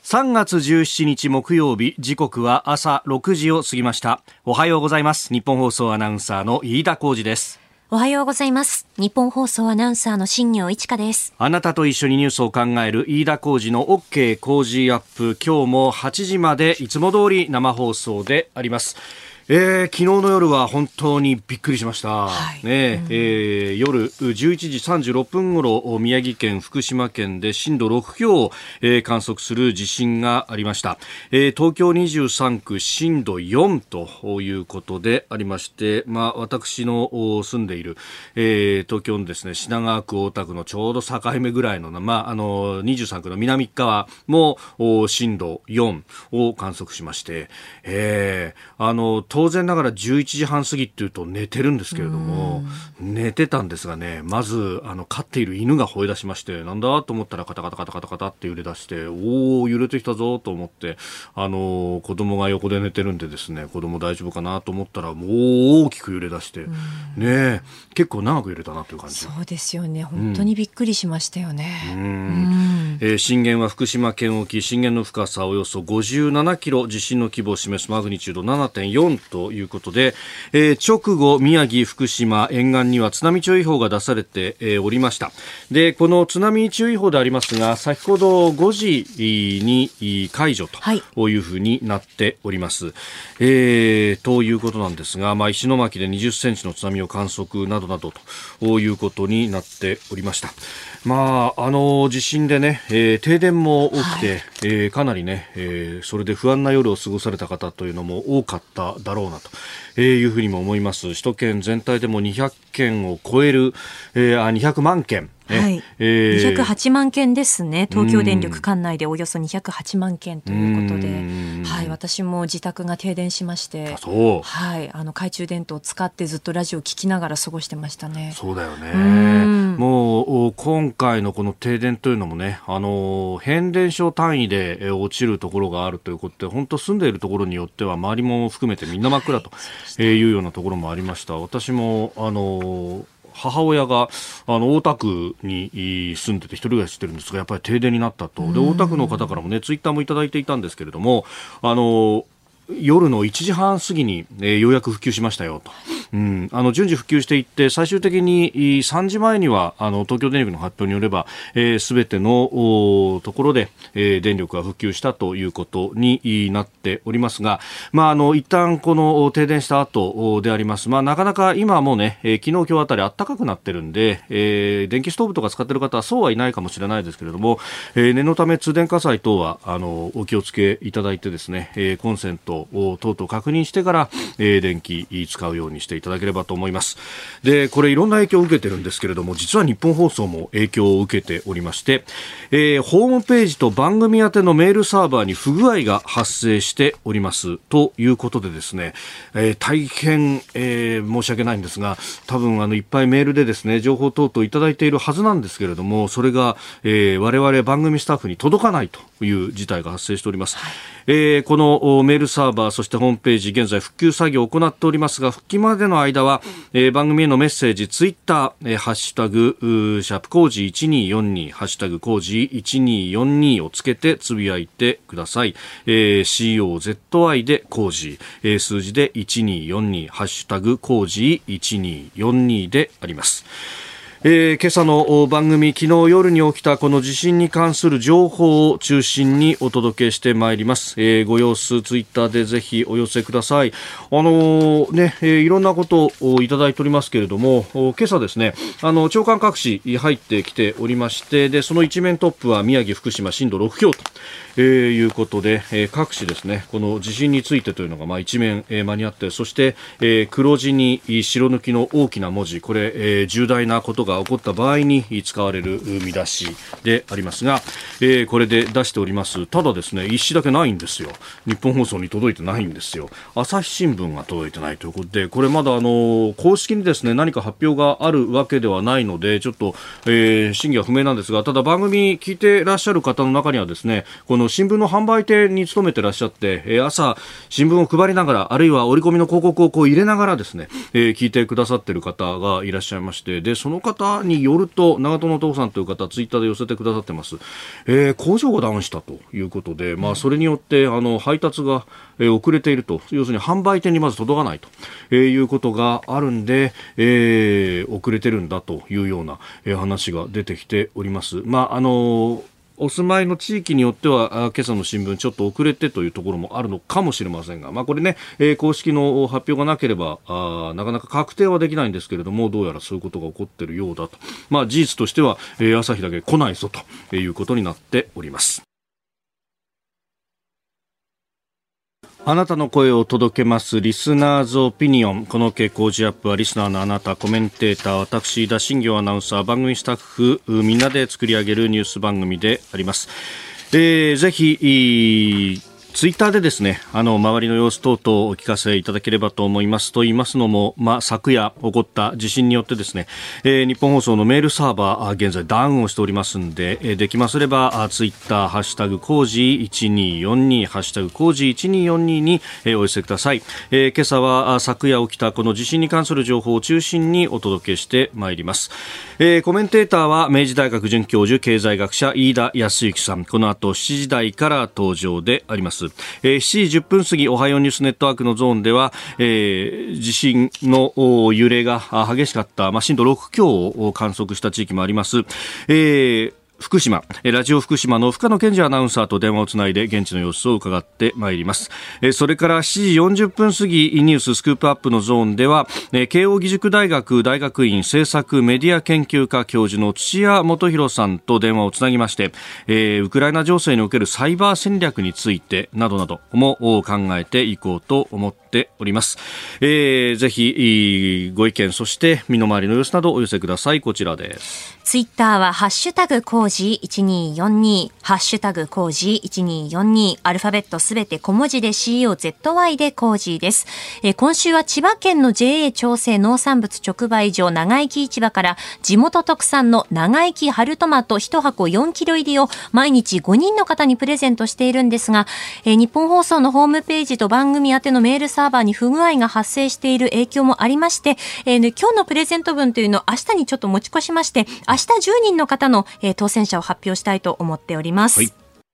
3月17日木曜日、時刻は朝6時を過ぎました。おはようございます。日本放送アナウンサーの飯田浩司です。 おはようございます。日本放送アナウンサーの新業一華です。 あなたと一緒にニュースを考える飯田浩司の OK 工事アップ。今日も8時までいつも通り生放送であります。昨日の夜は本当にびっくりしました、夜11時36分ごろ宮城県福島県で震度6強を、観測する地震がありました、東京23区震度4ということでありまして、私の住んでいる、東京のですね品川区大田区のちょうど境目ぐらいの、23区の南側も震度4を観測しまして、当然ながら11時半過ぎっていうと寝てるんですけれども、寝てたんですがね、まず飼っている犬が吠え出しまして、なんだと思ったらカタカタカタカタカタって揺れ出して、おー揺れてきたぞと思って、子供が横で寝てるんでですね、子供大丈夫かなと思ったらもう大きく揺れ出して、ね、結構長く揺れたなという感じ。 そうですよね、本当にびっくりしましたよね。 震源は福島県沖、震源の深さおよそ57キロ、地震の規模を示すマグニチュード 7.4 ということで、直後宮城福島沿岸には津波注意報が出されて、おりました。でこの津波注意報でありますが、先ほど5時に解除というふうになっております、ということなんですが、石巻で20センチの津波を観測などなどということになっておりました。地震でね、停電も起きて、かなりね、それで不安な夜を過ごされた方というのも多かっただろうなというふうにも思います。首都圏全体でも200件を超える、200万件、 208万件ですね。東京電力管内でおよそ208万件ということで、私も自宅が停電しまして、懐中電灯を使ってずっとラジオを聞きながら過ごしてましたね。 そうだよね。もう今回のこの停電というのもね、変電所単位で落ちるところがあるということで、本当住んでいるところによっては周りも含めてみんな真っ暗というようなところもありました。私も母親が大田区に住んでて一人暮らししてるんですが、やっぱり停電になったと。で大田区の方からもねツイッターもいただいていたんですけれども、夜の1時半過ぎに、ようやく復旧しましたよと、順次復旧していって、最終的に3時前には東京電力の発表によれば、すべてのところで、電力が復旧したということになっておりますが、一旦この停電した後であります、なかなか今はもうね、昨日今日あたり暖かくなってるんで、電気ストーブとか使ってる方はそうはいないかもしれないですけれども、念のため通電火災等はお気をつけいただいてですね、コンセント等々確認してから、電気使うようにしていただければと思います。でこれいろんな影響を受けてるんですけれども、実は日本放送も影響を受けておりまして、ホームページと番組宛てのメールサーバーに不具合が発生しておりますということでですね、大変、申し訳ないんですが、多分いっぱいメールでですね情報等々いただいているはずなんですけれども、それが、我々番組スタッフに届かないという事態が発生しております。このメールサーバー、そしてホームページ、現在復旧作業を行っておりますが、復帰までの間は、番組へのメッセージ、ツイッター、ハッシュタグシャープコージ1242、ハッシュタグコージ1242をつけてつぶやいてください。COZY でコージ、数字で1242、ハッシュタグコージ1242であります。今朝の番組、昨日夜に起きたこの地震に関する情報を中心にお届けしてまいります。ご様子ツイッターでぜひお寄せください。いろんなことをいただいておりますけれども、今朝ですね、朝刊各紙入ってきておりまして、でその一面トップは宮城福島震度6強ということで、各紙ですね、この地震についてというのが一面、間にあって、そして、黒字に白抜きの大きな文字、これ、重大なことが起こった場合に使われる見出しでありますが、これで出しております。ただですね、一紙だけないんですよ。日本放送に届いてないんですよ。朝日新聞が届いてないということで、これまだ公式にですね何か発表があるわけではないので、ちょっと、真偽は不明なんですが、ただ番組聞いてらっしゃる方の中にはですね、 この新聞の販売店に勤めてらっしゃって、朝新聞を配りながら、あるいは折り込みの広告をこう入れながらですね、聞いてくださっている方がいらっしゃいまして、でその方によると、長友父さんという方ツイッターで寄せてくださってます。工場がダウンしたということで、それによって配達が遅れていると、要するに販売店にまず届かないということがあるんで、遅れてるんだというような話が出てきております。お住まいの地域によっては今朝の新聞ちょっと遅れてというところもあるのかもしれませんが、これね、公式の発表がなければなかなか確定はできないんですけれども、どうやらそういうことが起こっているようだと、事実としては、朝日だけ来ないぞということになっております。あなたの声を届けますリスナーズオピニオン。この傾向時アップはリスナーのあなた、コメンテーター、私田新行アナウンサー、番組スタッフみんなで作り上げるニュース番組であります。ぜひツイッターでですね、周りの様子等々お聞かせいただければと思います。と言いますのも、昨夜起こった地震によってですね、日本放送のメールサーバー現在ダウンをしておりますので、できますればツイッターハッシュタグコージー1242ハッシュタグコージー1242にお寄せください。今朝は昨夜起きたこの地震に関する情報を中心にお届けしてまいります。コメンテーターは明治大学准教授、経済学者飯田康之さん、この後7時台から登場であります。7時10分過ぎ、おはようニュースネットワークのゾーンでは、地震の揺れが激しかった、震度6強を観測した地域もあります。福島、ラジオ福島の深野健二アナウンサーと電話をつないで現地の様子を伺ってまいります。それから7時40分過ぎ、ニューススクープアップのゾーンでは、慶應義塾大学大学院政策メディア研究科教授の土屋元弘さんと電話をつなぎまして、ウクライナ情勢におけるサイバー戦略についてなどなども考えていこうと思っております。ぜひご意見、そして身の回りの様子などお寄せください。こちらです。 ツイッターはハッシュタグコージー1242、ハッシュタグコージー1242、アルファベットすべて小文字で COZY でコージーです。今週は千葉県の JA 長生農産物直売所長生市場から地元特産の長生春トマト1箱4キロ入りを毎日5人の方にプレゼントしているんですが、日本放送のホームページと番組宛てのメールサーバーに不具合が発生している影響もありまして、今日のプレゼント分というのを明日にちょっと持ち越しまして、明日10人の方の、当選者を発表したいと思っております。はい、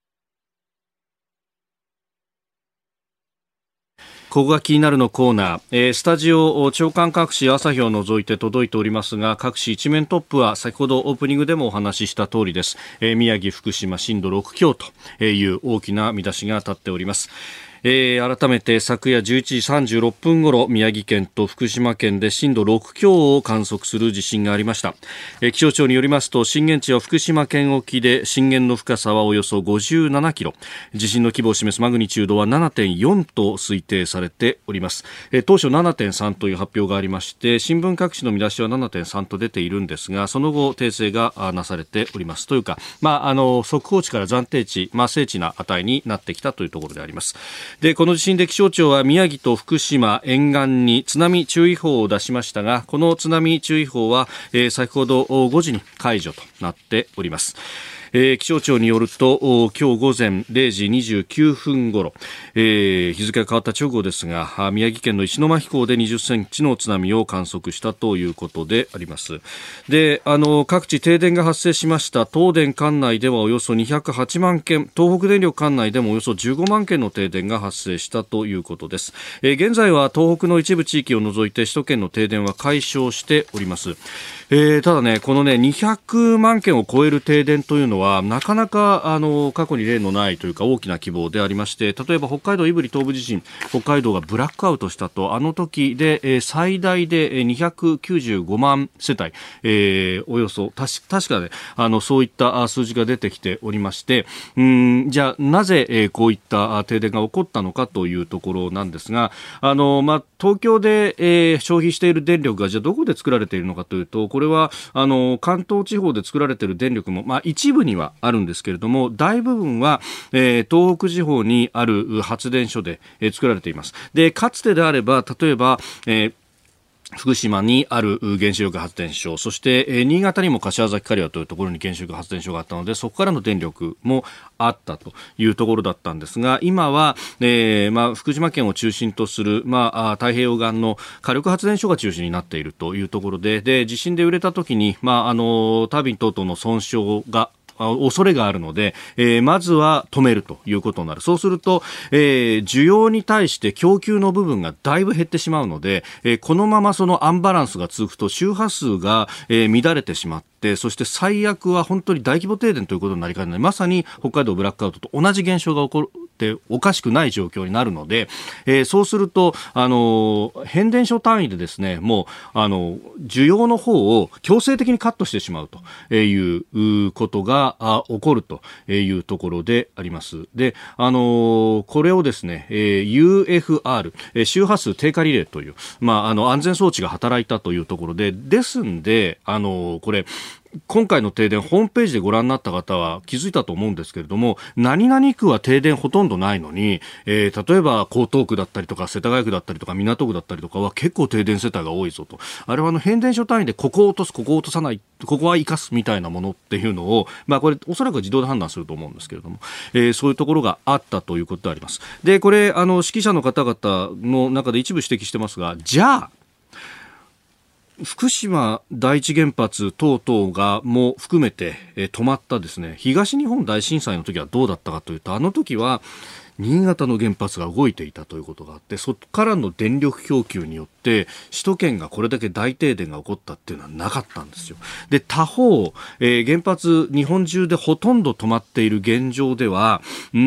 ここが気になるのコーナー、スタジオ長官各紙朝日を除いて届いておりますが、各紙一面トップは先ほどオープニングでもお話しした通りです。宮城福島震度6強という大きな見出しが立っております。改めて昨夜11時36分ごろ、宮城県と福島県で震度6強を観測する地震がありました。気象庁によりますと、震源地は福島県沖で、震源の深さはおよそ57キロ、地震の規模を示すマグニチュードは 7.4 と推定されております。当初 7.3 という発表がありまして、新聞各紙の見出しは 7.3 と出ているんですが、その後訂正がなされております。というか、速報値から暫定値、精値な値になってきたというところであります。で、この地震で気象庁は宮城と福島沿岸に津波注意報を出しましたが、この津波注意報は、先ほど5時に解除となっております。気象庁によると、今日午前0時29分ごろ、日付が変わった直後ですが、宮城県の石巻港で20センチの津波を観測したということであります。で、各地停電が発生しました。東電管内ではおよそ208万件、東北電力管内でもおよそ15万件の停電が発生したということです。現在は東北の一部地域を除いて首都圏の停電は解消しております。ただね、このね、200万件を超える停電というのはなかなか過去に例のないというか大きな規模でありまして、例えば北海道胆振東部地震、北海道がブラックアウトしたと、あの時で、最大で295万世帯、およそ確かね、そういった数字が出てきておりまして、じゃあなぜ、こういった停電が起こったのかというところなんですが、東京で、消費している電力がじゃあどこで作られているのかというと、これは関東地方で作られている電力も、一部にはあるんですけれども、大部分は、東北地方にある発電所で、作られています。で、かつてであれば例えば、 福島にある原子力発電所、そして新潟にも柏崎刈羽というところに原子力発電所があったので、そこからの電力もあったというところだったんですが、今は、福島県を中心とする、太平洋岸の火力発電所が中心になっているというところで、地震で揺れた時に、タービン等々の損傷が恐れがあるので、まずは止めるということになる。そうすると、需要に対して供給の部分がだいぶ減ってしまうので、このままそのアンバランスが続くと周波数が、乱れてしまって、そして最悪は本当に大規模停電ということになりかねない。まさに北海道ブラックアウトと同じ現象が起こっておかしくない状況になるので、そうすると変電所単位でですね、もう需要の方を強制的にカットしてしまうということが起こるというところであります。で、これをですね、UFR 周波数低下リレーという、安全装置が働いたというところで、ですんでこれ今回の停電、ホームページでご覧になった方は気づいたと思うんですけれども、何々区は停電ほとんどないのに、例えば江東区だったりとか世田谷区だったりとか港区だったりとかは結構停電世帯が多いぞと。あれは変電所単位でここを落とす、ここを落とさない、ここは生かすみたいなものっていうのを、これおそらく自動で判断すると思うんですけれども、そういうところがあったということであります。で、これ指揮者の方々の中で一部指摘してますが、じゃあ福島第一原発等々がも含めて、止まったですね、東日本大震災の時はどうだったかというと、あの時は新潟の原発が動いていたということがあって、そこからの電力供給によって首都圏がこれだけ大停電が起こったっていうのはなかったんですよ。で、他方、原発日本中でほとんど止まっている現状では、去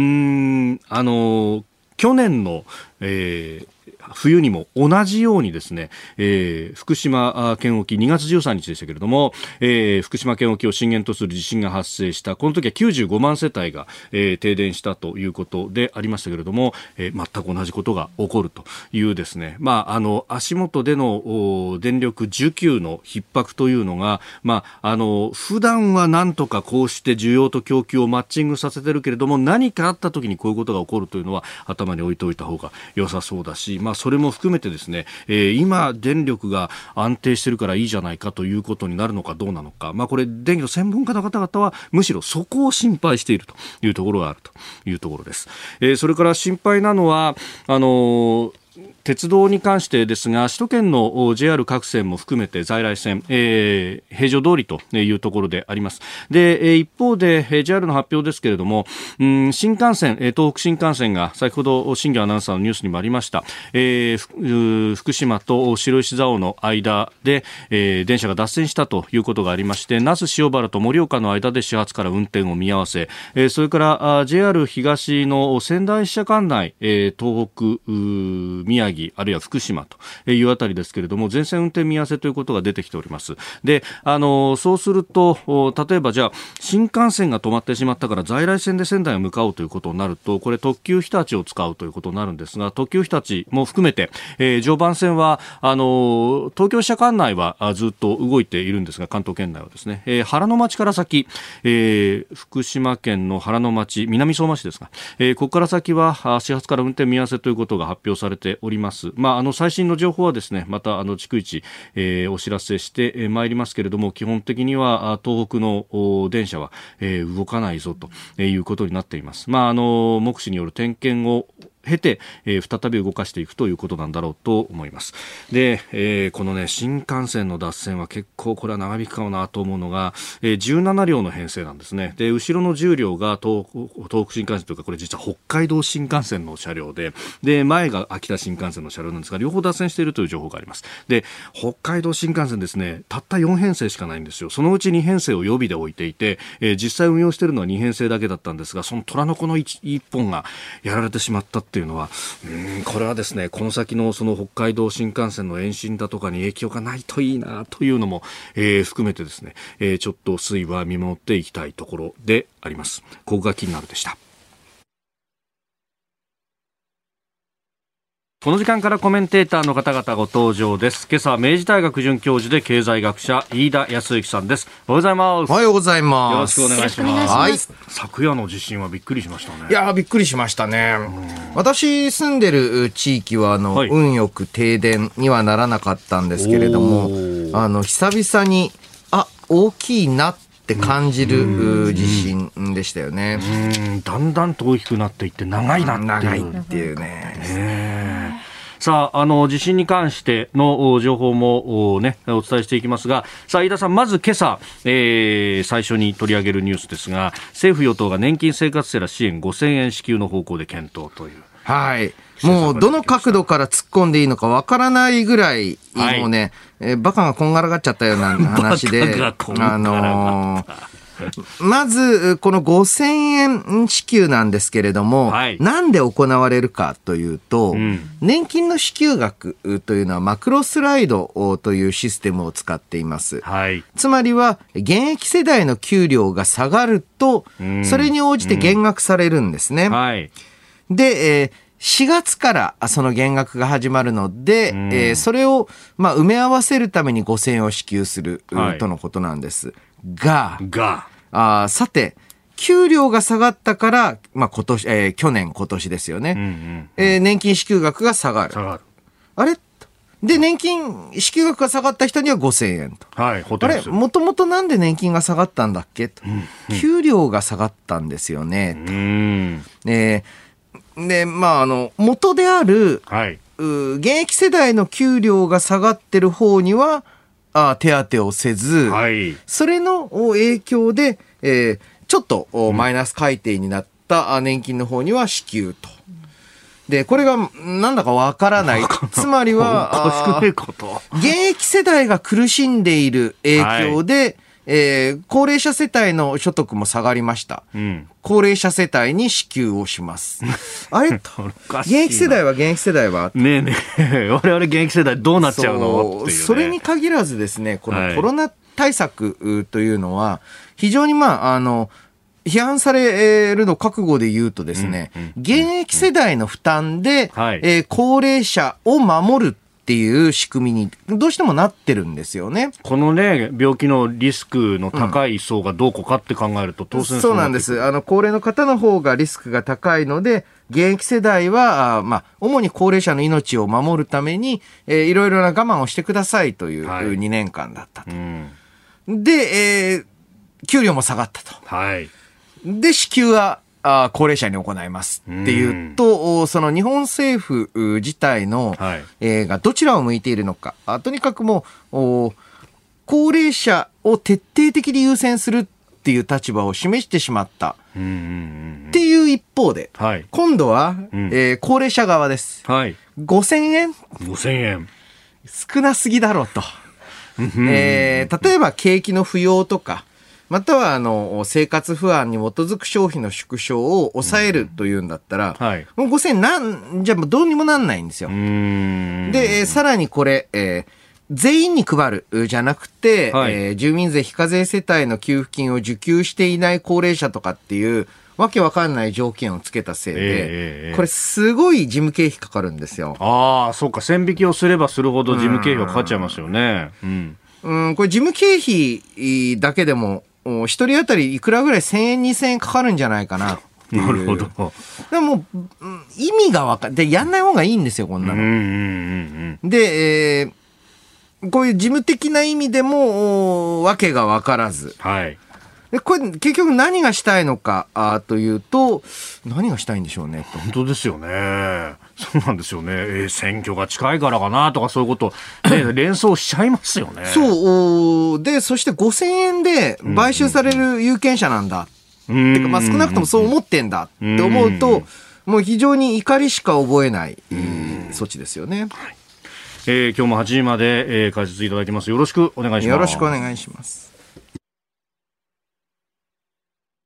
年の、冬にも同じようにですね、福島県沖2月13日でしたけれども、福島県沖を震源とする地震が発生した。この時は95万世帯が、停電したということでありましたけれども、全く同じことが起こるというですね、足元での電力需給の逼迫というのが、普段はなんとかこうして需要と供給をマッチングさせてるけれども、何かあった時にこういうことが起こるというのは頭に置いておいた方が良さそうだし、それも含めてですね、今電力が安定してるからいいじゃないかということになるのかどうなのか、これ電気の専門家の方々はむしろそこを心配しているというところがあるというところです。それから心配なのは鉄道に関してですが、首都圏の JR 各線も含めて在来線、平常通りというところであります。で、一方で JR の発表ですけれども、新幹線、東北新幹線が先ほど新業アナウンサーのニュースにもありました、福島と白石蔵王の間で、電車が脱線したということがありまして、那須塩原と盛岡の間で始発から運転を見合わせ、それから JR 東の仙台支社管内、東北宮城あるいは福島というあたりですけれども、全線運転見合わせということが出てきております。で、そうすると例えばじゃあ新幹線が止まってしまったから在来線で仙台を向かおうということになると、これ特急日立を使うということになるんですが、特急日立も含めて、常磐線は東京支社管内はずっと動いているんですが、関東圏内はですね、原の町から先、福島県の原の町南相馬市ですが、ここから先は始発から運転見合わせということが発表されております。最新の情報はですね、また逐一、お知らせしてまいりますけれども、基本的には東北の電車は、動かないぞということになっています。目視による点検を経て、再び動かしていくということなんだろうと思います。で、このね、新幹線の脱線は結構これは長引くかもなと思うのが、17両の編成なんですね。で、後ろの10両が東北新幹線というか、これ実は北海道新幹線の車両で、前が秋田新幹線の車両なんですが、両方脱線しているという情報があります。で、北海道新幹線ですね、たった4編成しかないんですよ。そのうち2編成を予備で置いていて、実際運用しているのは2編成だけだったんですが、その虎の子の 1本がやられてしまったっていうのは、これはですね、この先のその北海道新幹線の延伸だとかに影響がないといいなというのも、含めてですね、ちょっと推移は見守っていきたいところであります。ここが気になるでした。 この時間からコメンテーターの方々ご登場です。今朝は明治大学准教授で経済学者飯田康之さんです。おはようございます。 おはようございます。 よろしくお願いします。 はい、 昨夜の地震はびっくりしましたね。 いやびっくりしましたね。私住んでる地域ははい、 運よく停電にはならなかったんですけれども、久々に大きいなって感じる地震でしたよね。 だんだんと大きくなっていって長いなっていうね。 さあ、地震に関しての情報もね、お伝えしていきますが、さあ、飯田さん、まず今朝、最初に取り上げるニュースですが、政府与党が年金生活者ら支援5000円支給の方向で検討という。 はい。もうどの角度から突っ込んでいいのかわからないぐらい、 はい、 もうね、バカがこんがらがっちゃったような話で、まず、この5000円支給なんですけれども、 はい、 なんで行われるかというと、年金の支給額というのはマクロスライドというシステムを使っています。 はい、 つまりは、現役世代の給料が下がると、それに応じて減額されるんですね。 はい、 で、4月からその減額が始まるので、それを埋め合わせるために5000円を支給するとのことなんです。が、さて、給料が下がったから、去年、今年ですよね。年金支給額が下がる。あれで、年金支給額が下がった人には5000円と。 はい、 あれもともとなんで年金が下がったんだっけと。給料が下がったんですよね。で、元である、 はい、 現役世代の給料が下がってる方には、手当をせず、 はい、 それの影響で、ちょっとマイナス改定になった年金の方には支給と。で、これがなんだかわからない。つまりは、現役世代が苦しんでいる影響で、高齢者世帯の所得も下がりました。高齢者世帯に支給をします。あれと現役世代はねえねえ我々現役世代どうなっちゃうのっていう、ね、 それに限らずですね、このコロナ対策というのは非常に批判されるの覚悟で言うとですね、現役世代の負担で、高齢者を守るっていう仕組みにどうしてもなってるんですよね。 このね、病気のリスクの高い層がどこかって考えると当然そうなんです。高齢の方の方がリスクが高いので、現役世代は主に高齢者の命を守るために、いろいろな我慢をしてくださいという2年間だったと。で、給料も下がったと。で、支給は高齢者に行いますっていうと、その日本政府自体の、がどちらを向いているのか、とにかくもう高齢者を徹底的に優先するっていう立場を示してしまったっていう一方で、今度は、高齢者側です。5000円少なすぎだろうと。例えば景気の不要とか、または生活不安に基づく消費の縮小を抑えるというんだったら、もう5000円じゃもうどうにもなんないんですよ。で、さらにこれ、全員に配るじゃなくて、住民税非課税世帯の給付金を受給していない高齢者とかっていうわけわかんない条件をつけたせいで、これすごい事務経費かかるんですよ。 そうか、線引きをすればするほど事務経費がかかっちゃいますよね。 これ事務経費だけでも一人当たりいくらぐらい1000円2000円かかるんじゃないかなっていう。 なるほど。 でも意味が分かってやんない方がいいんですよ、こんなの。で、こういう事務的な意味でもわけが分からず。でこれ結局何がしたいのかというと、何がしたいんでしょうねと。 本当ですよね。そうなんですよね。選挙が近いからかなとかそういうこと、連想しちゃいますよね。 そうで、そして5000円で買収される有権者なんだ、てか少なくともそう思ってんだって思うと、もう非常に怒りしか覚えない措置ですよね。 今日も8時まで、解説いただきます。よろしくお願いします。 よろしくお願いします。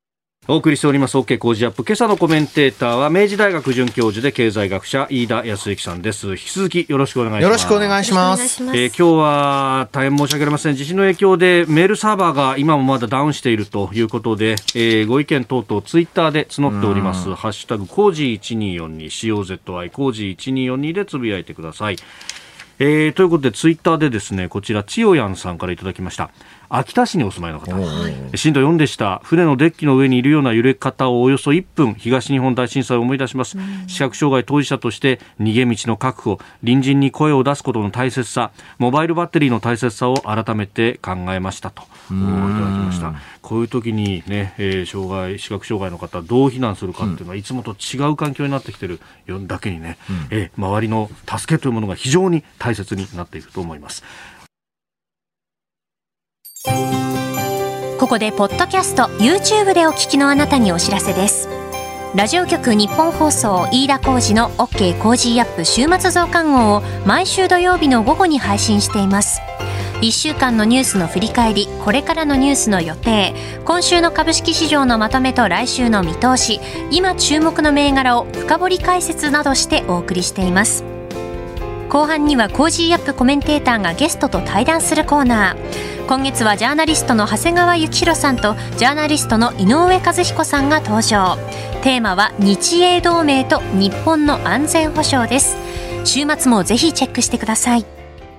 お送りしております OK 工事アップ。今朝のコメンテーターは明治大学准教授で経済学者飯田康之さんです。引き続きよろしくお願いします。 よろしくお願いします。 今日は大変申し訳ありません。地震の影響でメールサーバーが今もまだダウンしているということで、ご意見等々ツイッターで募っております。ハッシュタグコージー1242 COZY コージー1242でつぶやいてください。ということでツイッターでですね、こちら千代やんさんからいただきました。秋田市にお住まいの方、震度4でした。船のデッキの上にいるような揺れ方をおよそ1分、東日本大震災を思い出します。視覚障害当事者として逃げ道の確保、隣人に声を出すことの大切さ、モバイルバッテリーの大切さを改めて考えましたといただきました。こういう時にね、視覚障害の方どう避難するかっていうのは、いつもと違う環境になってきているだけにね、周りの助けというものが非常に大切になっていると思います。 ここでポッドキャスト YouTube でお聞きのあなたにお知らせです。ラジオ局日本放送飯田浩司の OK コージーアップ週末増刊号を毎週土曜日の午後に配信しています。1週間のニュースの振り返り、これからのニュースの予定、今週の株式市場のまとめと来週の見通し、今注目の銘柄を深掘り解説などしてお送りしています。後半にはコージーアップコメンテーターがゲストと対談するコーナー。今月はジャーナリストの長谷川幸宏さんとジャーナリストの井上和彦さんが登場。テーマは日英同盟と日本の安全保障です。週末もぜひチェックしてください。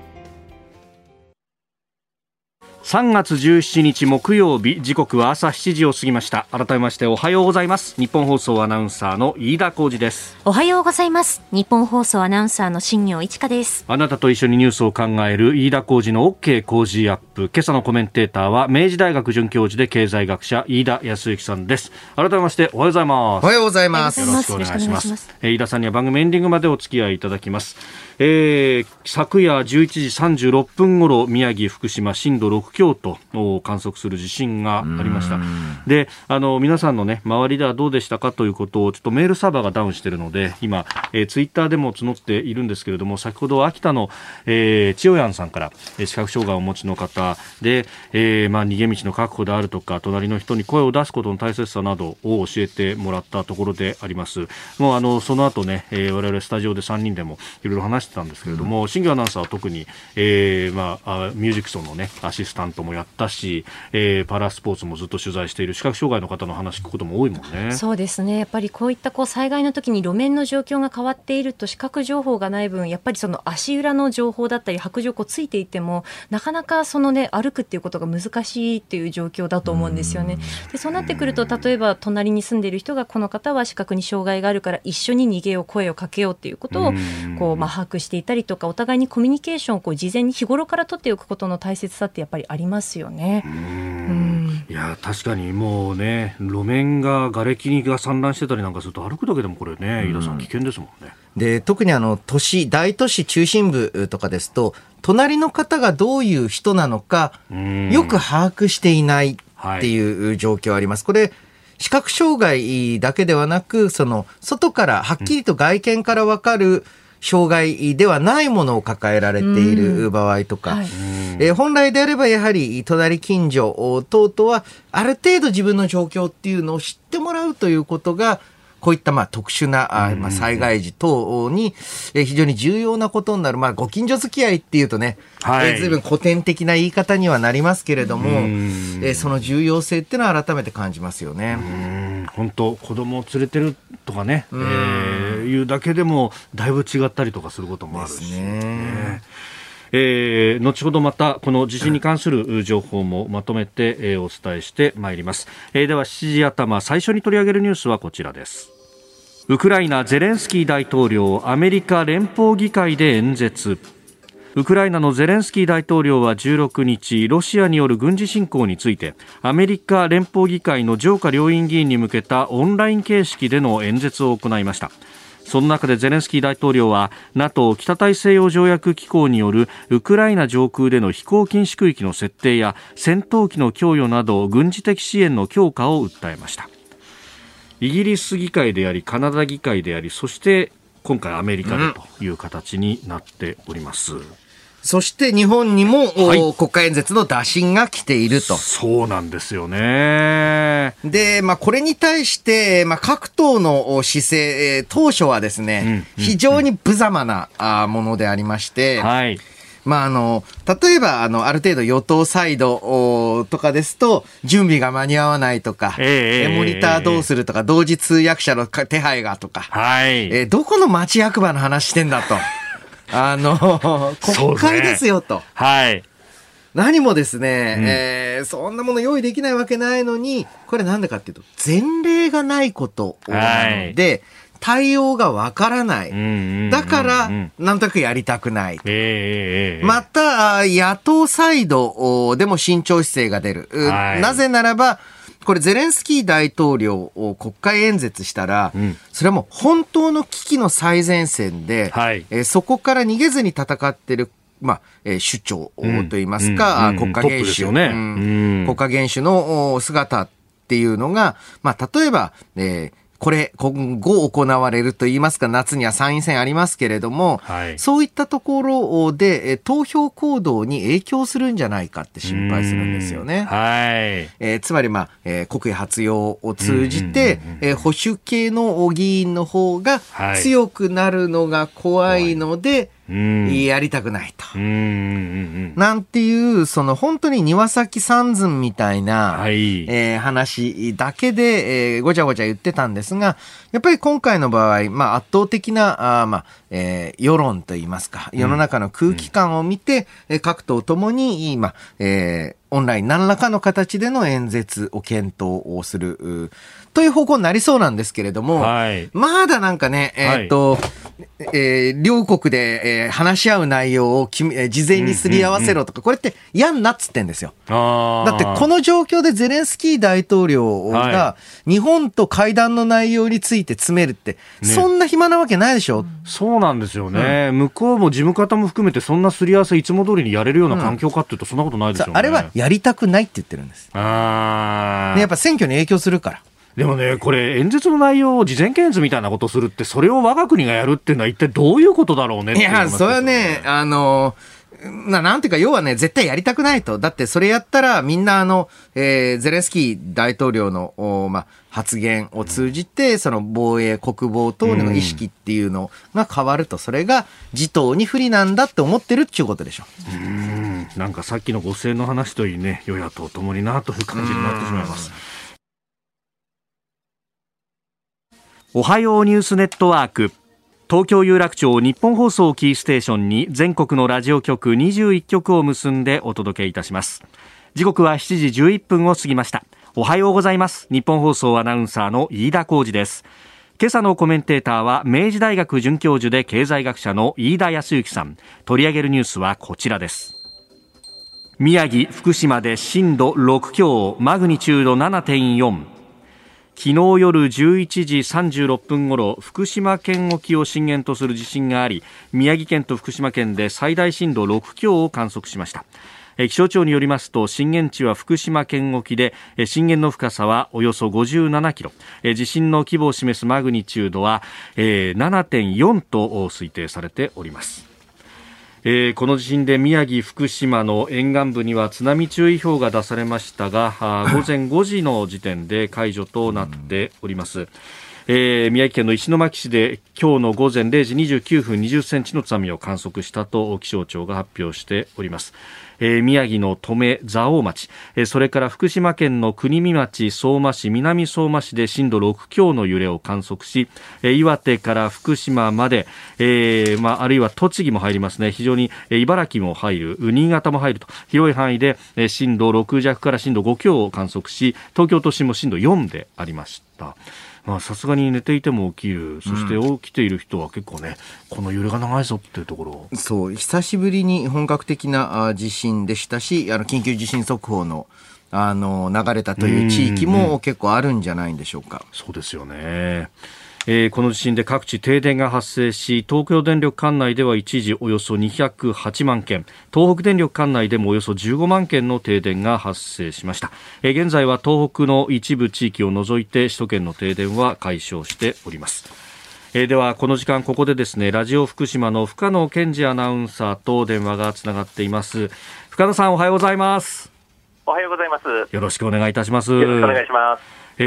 3月17日木曜日、時刻は朝7時を過ぎました。改めましておはようございます。日本放送アナウンサーの飯田浩司です。 おはようございます。日本放送アナウンサーの新業一華です。 あなたと一緒にニュースを考える飯田浩司の OK 工事アップ。今朝のコメンテーターは明治大学准教授で経済学者飯田康之さんです。改めましておはようございます。 おはようございます。 よろしくお願いします。飯田さんには番組エンディングまでお付き合いいただきます。昨夜11時36分ごろ、宮城福島震度6強と観測する地震がありました。で、皆さんのね周りではどうでしたかということをちょっとメールサーバーがダウンしているので今、ツイッターでも募っているんですけれども、先ほど秋田の、千代やんさんから視覚障害をお持ちの方で、逃げ道の確保であるとか隣の人に声を出すことの大切さなどを教えてもらったところであります。もうその後ね、我々スタジオで3人でもいろいろ話してたんですけれども、新業アナウンサーは特に、ミュージックソンのねアシスタントもやったし、パラスポーツもずっと取材している視覚障害の方の話聞くことも多いもんね。 そうですね。やっぱりこういった災害の時に路面の状況が変わっていると視覚情報がない分、やっぱりその足裏の情報だったり白状ついていてもなかなか歩くっていうことが難しいっていう状況だと思うんですよね。でそうなってくると、例えば隣に住んでいる人がこの方は視覚に障害があるから一緒に逃げよう、声をかけようっていうことを把握していたりとか、お互いにコミュニケーションを事前に日頃から取っておくことの大切さってやっぱりありますよね。 いや確かにもうね、路面が瓦礫が散乱してたりなんかすると歩くだけでもこれね、飯田さん危険ですもんね。 で特に大都市中心部とかですと、隣の方がどういう人なのかよく把握していないっていう状況あります。これ視覚障害だけではなく、外からはっきりと外見から分かる障害ではないものを抱えられている場合とか、本来であればやはり隣近所等々はある程度自分の状況っていうのを知ってもらうということが、こういった特殊な災害時等に非常に重要なことになる。ご近所付き合いっていうとね、随分古典的な言い方にはなりますけれども、その重要性っていうのは改めて感じますよね。 本当子供を連れてるとかね、いうだけでもだいぶ違ったりとかすることもあるしね。後ほどまたこの地震に関する情報もまとめて、お伝えしてまいります。では7時頭最初に取り上げるニュースはこちらです。ウクライナゼレンスキー大統領アメリカ連邦議会で演説。ウクライナのゼレンスキー大統領は16日、ロシアによる軍事侵攻についてアメリカ連邦議会の上下両院議員に向けたオンライン形式での演説を行いました。その中でゼレンスキー大統領は NATO 北大西洋条約機構によるウクライナ上空での飛行禁止区域の設定や戦闘機の供与など軍事的支援の強化を訴えました。イギリス議会でありカナダ議会であり、そして今回アメリカでという形になっております。 そして日本にも、国会演説の打診が来ていると。 そうなんですよね。 で、これに対して、各党の姿勢、当初はですね、非常に無様なものでありまして、はい。例えば、ある程度与党サイドとかですと、準備が間に合わないとか、モニターどうするとか、同時通訳者の手配がとか、はい。どこの町役場の話してんだと。国会ですよと。はい。何もですね、そんなもの用意できないわけないのに、これなんでかっていうと、前例がないことなので、対応がわからない。だから、なんとなくやりたくない。また、野党サイドでも慎重姿勢が出る。なぜならば、これゼレンスキー大統領を国会演説したら、それはもう本当の危機の最前線で、そこから逃げずに戦っている、首長といいますか、国家元首、国家元首の姿っていうのが、例えば、今後行われると言いますか、夏には参院選ありますけれども、そういったところで、投票行動に影響するんじゃないかって心配するんですよね。つまり、国威発揚を通じて、保守系の議員の方が強くなるのが怖いので、やりたくないと。なんていう、本当に庭先三寸みたいな、話だけで、ごちゃごちゃ言ってたんですが、やっぱり今回の場合、圧倒的な、世論といいますか、世の中の空気感を見て、各党ともに、オンライン何らかの形での演説を検討をする、という方向になりそうなんですけれども、まだなんかね、両国で、話し合う内容を事前にすり合わせろとか、これってやんなっつってんですよ。だってこの状況でゼレンスキー大統領が日本と会談の内容について詰めるって、そんな暇なわけないでしょ。 そうなんですよね。向こうも事務方も含めてそんなすり合わせいつも通りにやれるような環境かっていうとそんなことないですよね。 あれはやりたくないって言ってるんです。やっぱ選挙に影響するから。 でもね、これ演説の内容を事前検閲みたいなことをするって、それを我が国がやるっていうのは一体どういうことだろうねっていう。 いや、それはね、なんていうか、要はね、絶対やりたくないと。だってそれやったらみんなゼレンスキー大統領の、発言を通じて、その防衛国防等の意識っていうのが変わると、それが自党に不利なんだって思ってるっていうことでしょ。 なんかさっきのご声援の話といいね、与野党ともになという感じになってしまいます。おはようニュースネットワーク、東京有楽町日本放送キーステーションに全国のラジオ局21局を結んでお届けいたします。時刻は7時11分を過ぎました。おはようございます。日本放送アナウンサーの飯田浩司です。今朝のコメンテーターは明治大学准教授で経済学者の飯田康之さん。取り上げるニュースはこちらです。宮城、福島で震度6強、マグニチュード 7.4。昨日夜11時36分ごろ、福島県沖を震源とする地震があり、宮城県と福島県で最大震度6強を観測しました。気象庁によりますと、震源地は福島県沖で、震源の深さはおよそ57キロ、地震の規模を示すマグニチュードは 7.4 と推定されております。この地震で宮城、福島の沿岸部には津波注意報が出されましたが、午前5時の時点で解除となっております。宮城県の石巻市で今日の午前0時29分20センチの津波を観測したと気象庁が発表しております。宮城の登米、蔵王町、それから福島県の国見町、相馬市、南相馬市で震度6強の揺れを観測し、岩手から福島まで、あるいは栃木も入りますね。非常に茨城も入る、新潟も入ると広い範囲で震度6弱から震度5強を観測し、東京都心も震度4でありました。さすがに寝ていても起きる、そして起きている人は結構ね、この揺れが長いぞっていうところ。 そう、久しぶりに本格的な地震でしたし、緊急地震速報の流れたという地域も結構あるんじゃないんでしょうか。 そうですよね。この地震で各地停電が発生し、東京電力管内では一時およそ208万件、東北電力管内でもおよそ15万件の停電が発生しました。現在は東北の一部地域を除いて首都圏の停電は解消しております。 ではこの時間ここでですね、ラジオ福島の深野健二アナウンサーと電話がつながっています。深野さん、おはようございます。 おはようございます。 よろしくお願いいたします。 よろしくお願いします。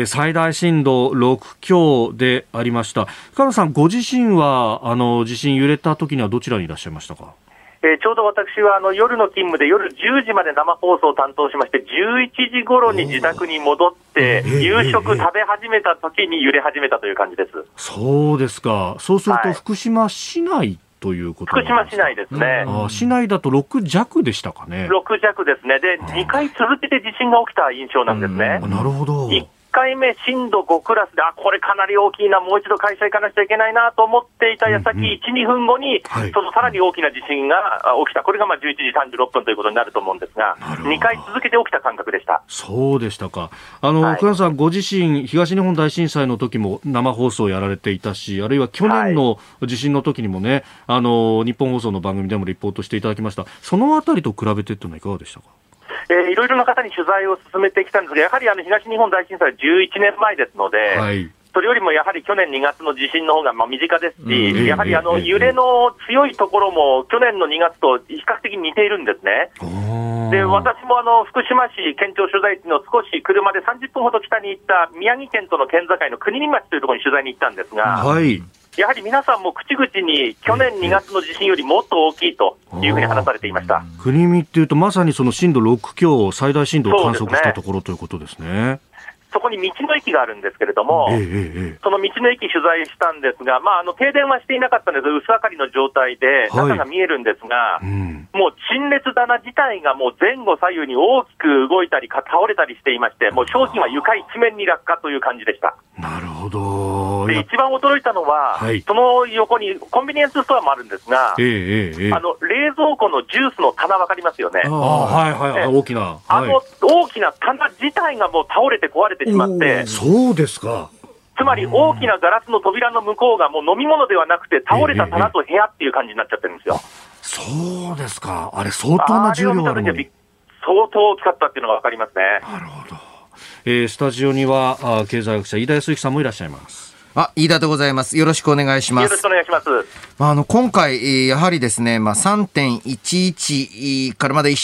最大震度6強でありました。深野さん、ご自身は地震揺れた時にはどちらにいらっしゃいましたか？ ちょうど私は夜の勤務で夜10時まで生放送を担当しまして、11時頃に自宅に戻って夕食食べ始めた時に揺れ始めたという感じです。 そうですか。そうすると福島市内ということなんですか？ 福島市内ですね。 市内だと6弱でしたかね。 6弱ですね。で、2回続けて地震が起きた印象なんですね。 なるほど。 1回目震度5クラスで、これかなり大きいな、もう一度会社行かなきゃいけないなと思っていた矢先、1、2分後に、そのさらに大きな地震が起きた。これが11時36分ということになると思うんですが、2回続けて起きた感覚でした。 そうでしたか。福野さん、ご自身、東日本大震災の時も生放送をやられていたし、あるいは去年の地震の時にもね、日本放送の番組でもリポートしていただきました。そのあたりと比べてというのはいかがでしたか？ いろいろな方に取材を進めてきたんですが、やはり東日本大震災11年前ですので、それよりもやはり去年2月の地震の方が短ですし、やはり揺れの強いところも去年の2月と比較的似ているんですね。で、私も福島市県庁所在地の少し車で30分ほど北に行った宮城県との県境の国見町というところに取材に行ったんですが、やはり皆さんも口々に去年2月の地震よりもっと大きいというふうに話されていました。 国見っていうとまさにその震度6強最大震度を観測したところということですね。 そこに道の駅があるんですけれども、その道の駅取材したんですが、停電はしていなかったんですが、薄明かりの状態で中が見えるんですが、もう陳列棚自体がもう前後左右に大きく動いたり倒れたりしていまして、もう商品は床一面に落下という感じでした。 なるほど。 で、一番驚いたのは、その横にコンビニエンスストアもあるんですが、冷蔵庫のジュースの棚わかりますよね。 大きな。 大きな棚自体がもう倒れて壊れてしまって。 そうですか。 つまり大きなガラスの扉の向こうがもう飲み物ではなくて倒れた棚と部屋っていう感じになっちゃってるんですよ。 そうですか。あれ相当な重量あるのに。 相当大きかったっていうのがわかりますね。 なるほど。スタジオには経済学者飯田康之さんもいらっしゃいます。 飯田でございます。よろしくお願いします。 よろしくお願いします。 今回、やはりですね、3.11 からまで、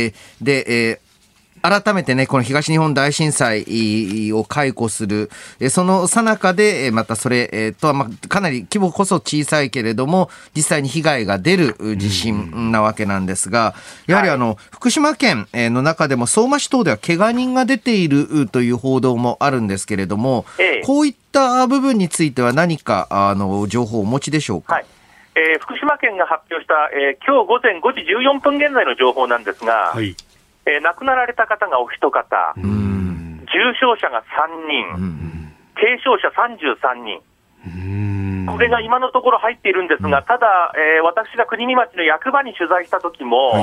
改めてね、この東日本大震災を回顧する、その最中で、またそれとは、かなり規模こそ小さいけれども、実際に被害が出る地震なわけなんですが、やはり福島県の中でも相馬市等では怪我人が出ているという報道もあるんですけれども、こういった部分については何か情報をお持ちでしょうか？ 福島県が発表した、今日午前5時14分現在の情報なんですが、亡くなられた方がお一方、重症者が3人、軽症者33人、これが今のところ入っているんですが、ただ、私が国見町の役場に取材した時も、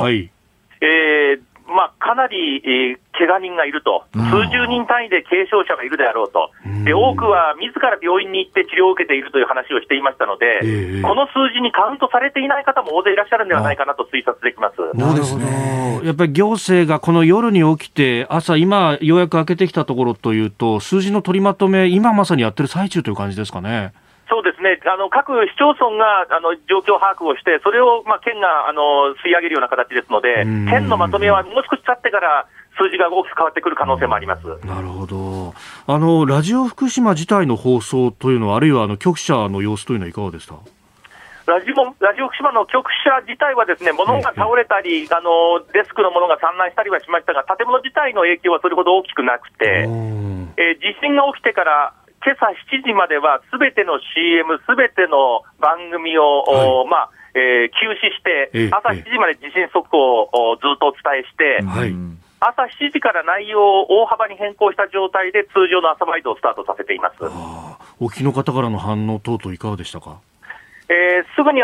かなり、怪我人がいると、数十人単位で軽症者がいるであろうと、で多くは自ら病院に行って治療を受けているという話をしていましたので、この数字にカウントされていない方も大勢いらっしゃるんではないかなと推察できます。 そうですね。やっぱり行政がこの夜に起きて、朝、今、ようやく明けてきたところというと、数字の取りまとめ、今まさにやってる最中という感じですかね。 そうですね。各市町村が状況把握をして、それを県が吸い上げるような形ですので、県のまとめはもう少し経ってから数字が大きく変わってくる可能性もあります。 なるほど。ラジオ福島自体の放送というのは、あるいは局舎の様子というのはいかがでした？ ラジオ福島の局舎自体はですね、物が倒れたり、デスクのものが散乱したりはしましたが、建物自体の影響はそれほど大きくなくて、地震が起きてから今朝7時まではすべての CM、すべての番組を、休止して、朝7時まで地震速報をずっとお伝えして、朝7時から内容を大幅に変更した状態で通常の朝バイトをスタートさせています。 お聞きの方からの反応等々いかがでしたか？ すぐに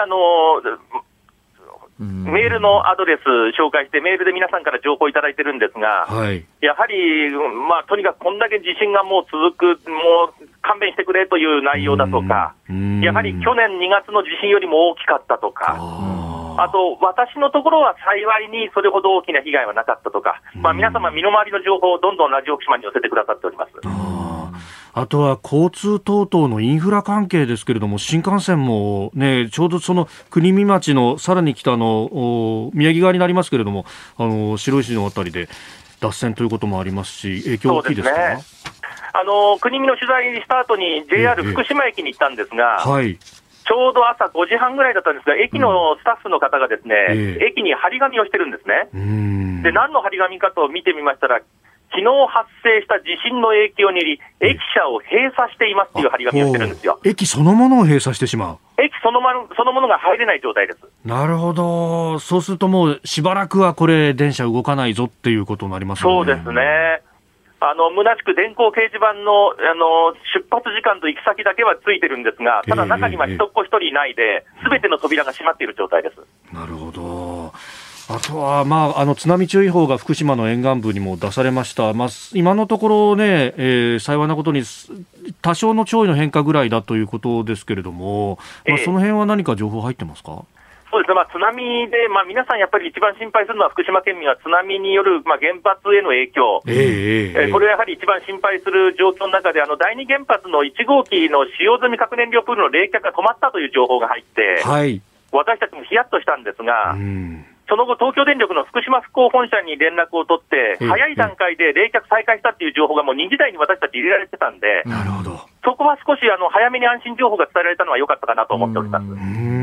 メールのアドレス紹介して、メールで皆さんから情報いただいてるんですが、やはり、とにかくこんだけ地震がもう続く、もう勘弁してくれという内容だとか、やはり去年2月の地震よりも大きかったとか、あと、私のところは幸いにそれほど大きな被害はなかったとか、皆様身の回りの情報をどんどんラジオ福島に寄せてくださっております。 あとは交通等々のインフラ関係ですけれども、新幹線も、ね、ちょうどその国見町のさらに北の宮城側になりますけれども、白石のあたりで脱線ということもありますし、影響大きいですか？ そうですね、国見の取材した後に JR 福島駅に行ったんですが、 はい、 ちょうど朝5時半ぐらいだったんですが、駅のスタッフの方がですね、駅に張り紙をしてるんですね。で、何の張り紙かと見てみましたら、昨日発生した地震の影響により駅舎を閉鎖していますという張り紙をしてるんですよ。 駅そのものを閉鎖してしまう。 駅そのものが入れない状態です。 なるほど。そうするともうしばらくはこれ電車動かないぞっていうことになりますよね。 そうですね。虚しく電光掲示板の、出発時間と行き先だけはついてるんですが、ただ中には人っ子一人いないで、すべての扉が閉まっている状態です。 なるほど。あとは、津波注意報が福島の沿岸部にも出されました。今のところね、幸いなことに多少の潮位の変化ぐらいだということですけれども、その辺は何か情報入ってますか？ そうですね、津波で、皆さんやっぱり一番心配するのは福島県民は津波による、原発への影響、これはやはり一番心配する状況の中で、第二原発の1号機の使用済み核燃料プールの冷却が止まったという情報が入って、はい、私たちもヒヤッとしたんですが、その後、東京電力の福島復興本社に連絡を取って、早い段階で冷却再開したという情報がもう2時台に私たち入れられてたんで、 なるほど、 そこは少し早めに安心情報が伝えられたのは良かったかなと思っております。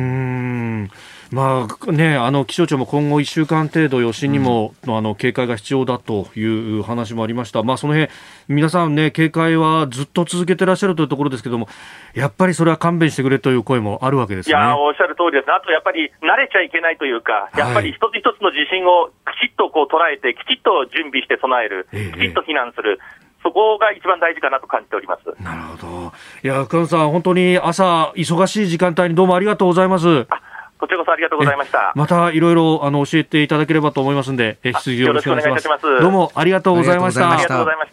気象庁も今後1週間程度余震にも、警戒が必要だという話もありました。その辺皆さんね、警戒はずっと続けてらっしゃるというところですけども、やっぱりそれは勘弁してくれという声もあるわけですね。いや、 おっしゃる通りです。あとやっぱり慣れちゃいけないというか、やっぱり一つ一つの地震をきちっと捉えて、きちっと準備して備える、きちっと避難する、そこが一番大事かなと感じております。 なるほど。いや、深野さん、本当に朝忙しい時間帯にどうもありがとうございます。 こちらこそありがとうございました。 またいろいろ教えていただければと思いますので、引き続きよろしくお願いします。どうもありがとうございました。 ありがとうございました。